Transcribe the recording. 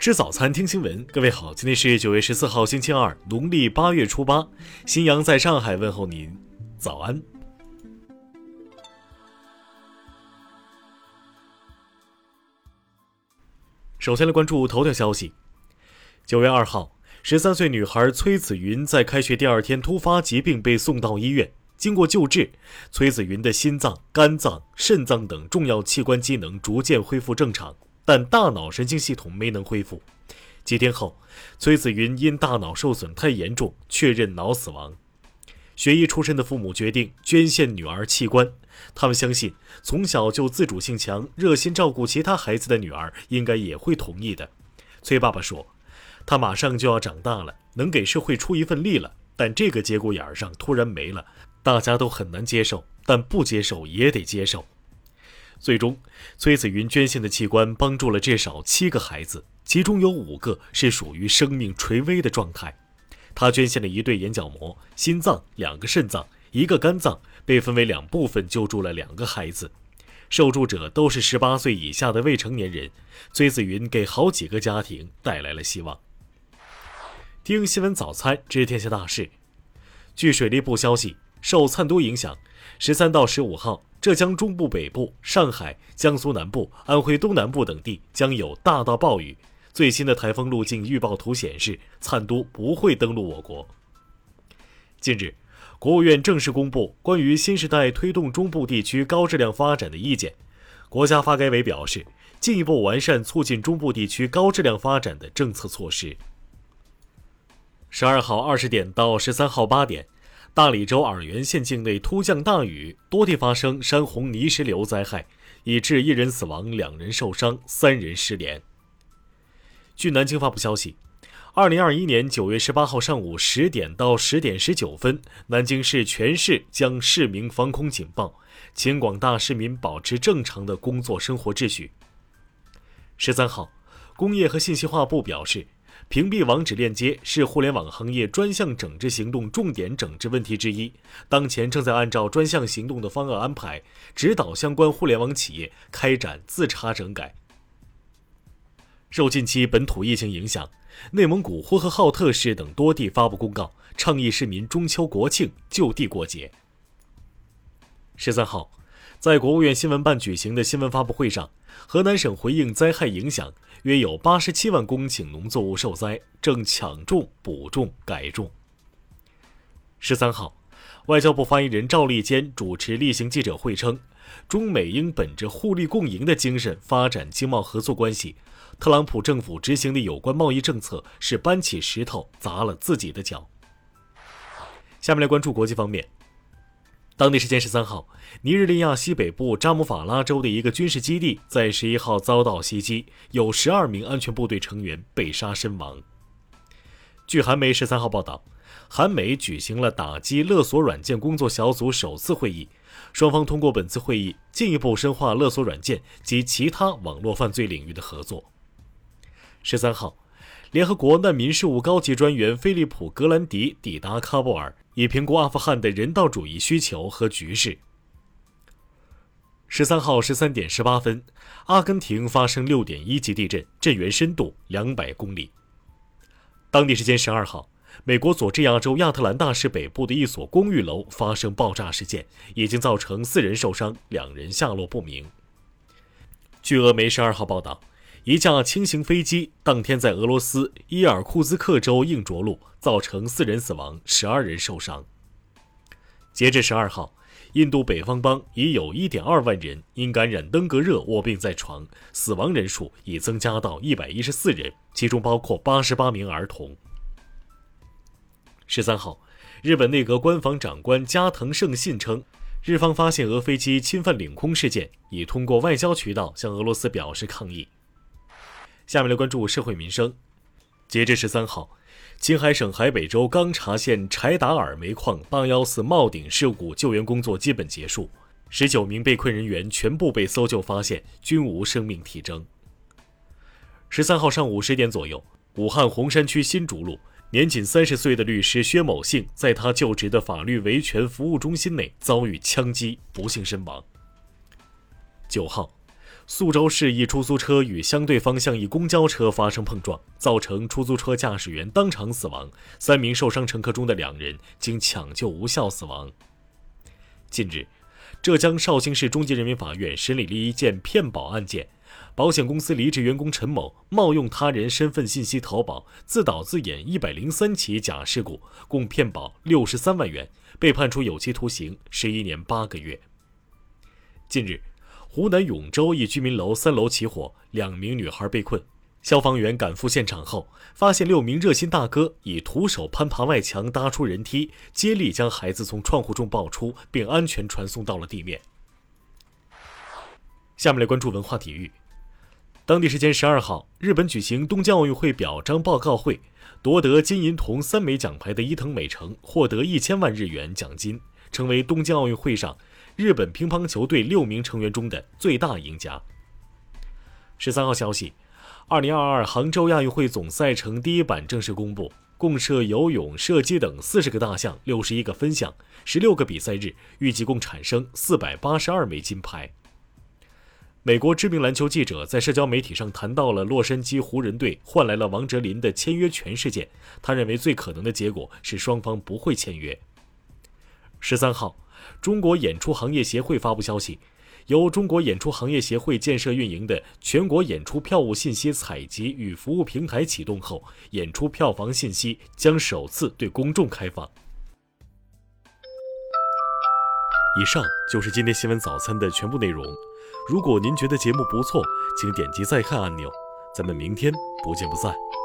吃早餐，听新闻。各位好，今天是9月14号，星期二，农历8月初8。新阳在上海问候您，早安。首先来关注头条消息。9月2号，13岁女孩崔子云在开学第二天突发疾病被送到医院，经过救治，崔子云的心脏、肝脏、肾脏等重要器官机能逐渐恢复正常，但大脑神经系统没能恢复。几天后，崔子云因大脑受损太严重，确认脑死亡。学医出身的父母决定捐献女儿器官，他们相信从小就自主性强、热心照顾其他孩子的女儿应该也会同意的。崔爸爸说，他马上就要长大了，能给社会出一份力了，但这个节骨眼上突然没了，大家都很难接受，但不接受也得接受。最终，崔子云捐献的器官帮助了至少7个孩子，其中有5个是属于生命垂危的状态。他捐献了1对眼角膜、心脏、2个肾脏、1个肝脏，被分为2部分救助了2个孩子。受助者都是18岁以下的未成年人。崔子云给好几个家庭带来了希望。听新闻早餐知天下大事。据水利部消息，受燦都影响，13到15号，浙江中部北部、上海、江苏南部、安徽东南部等地将有大到暴雨。最新的台风路径预报图显示，燦都不会登陆我国。近日，国务院正式公布关于新时代推动中部地区高质量发展的意见。国家发改委表示，进一步完善促进中部地区高质量发展的政策措施。12号20点到13号8点，大理州洱源县境内突降大雨，多地发生山洪泥石流灾害，已致1人死亡、2人受伤、3人失联。据南京发布消息，2021年9月18号上午10点到10点19分，南京市全市将市民防空警报，请广大市民保持正常的工作生活秩序。13号，工业和信息化部表示，屏蔽网址链接是互联网行业专项整治行动重点整治问题之一，当前正在按照专项行动的方案安排，指导相关互联网企业开展自查整改。受近期本土疫情影响，内蒙古呼和浩特市等多地发布公告，倡议市民中秋国庆就地过节。13号，在国务院新闻办举行的新闻发布会上，河南省回应灾害影响，约有87万公顷农作物受灾，正抢种、补种、改种。13号，外交部发言人赵立坚主持例行记者会称，中美应本着互利共赢的精神发展经贸合作关系，特朗普政府执行的有关贸易政策是搬起石头砸了自己的脚。下面来关注国际方面。当地时间13号，尼日利亚西北部扎姆法拉州的一个军事基地在11号遭到袭击，有12名安全部队成员被杀身亡。据韩媒13号报道，韩美举行了打击勒索软件工作小组首次会议，双方通过本次会议进一步深化勒索软件及其他网络犯罪领域的合作。13号，联合国难民事务高级专员菲利普·格兰迪抵达喀布尔，以评估阿富汗的人道主义需求和局势。13号13点18分，阿根廷发生6.1级地震，震源深度200公里。当地时间12号，美国佐治亚州亚特兰大市北部的一所公寓楼发生爆炸事件，已经造成4人受伤，2人下落不明。据俄媒12号报道，一架轻型飞机当天在俄罗斯伊尔库兹克州硬着陆，造成4人死亡，12人受伤。截至12号，印度北方邦已有 1.2 万人因感染登革热卧病在床，死亡人数已增加到114人，其中包括88名儿童。13号，日本内阁官房长官加藤胜信称，日方发现俄飞机侵犯领空事件，已通过外交渠道向俄罗斯表示抗议。下面来关注社会民生。截至13号，青海省海北州钢察县柴达尔煤矿814冒顶事故救援工作基本结束，19名被困人员全部被搜救发现，均无生命体征。13号上午10点左右，武汉洪山区新竹路，年仅30岁的律师薛某幸在他就职的法律维权服务中心内遭遇枪击，不幸身亡。9号， 宿州市一出租车与相对方向一公交车发生碰撞，造成出租车驾驶员当场死亡，3名受伤乘客中的2人经抢救无效死亡。近日，浙江绍兴市中级人民法院审理了一件骗保案件，保险公司离职员工陈某冒用他人身份信息投保，自导自演103起假事故，共骗保63万元，被判处有期徒刑11年8个月。近日，湖南永州一居民楼3楼起火，2名女孩被困。消防员赶赴现场后，发现6名热心大哥以徒手攀爬外墙搭出人梯，接力将孩子从窗户中抱出，并安全传送到了地面。下面来关注文化体育。当地时间12号，日本举行东京奥运会表彰报告会，夺得金银铜3枚奖牌的伊藤美诚获得1000万日元奖金，成为东京奥运会上日本乒乓球队6名成员中的最大赢家。13号消息，2022杭州亚运会总赛程第一版正式公布，共设游泳、射击等40个大项，61个分项，16个比赛日，预计共产生482枚金牌。美国知名篮球记者在社交媒体上谈到了洛杉矶湖人队换来了王哲林的签约权事件，他认为最可能的结果是双方不会签约。13号，中国演出行业协会发布消息，由中国演出行业协会建设运营的全国演出票务信息采集与服务平台启动后，演出票房信息将首次对公众开放。以上就是今天新闻早餐的全部内容。如果您觉得节目不错，请点击再看按钮。咱们明天不见不散。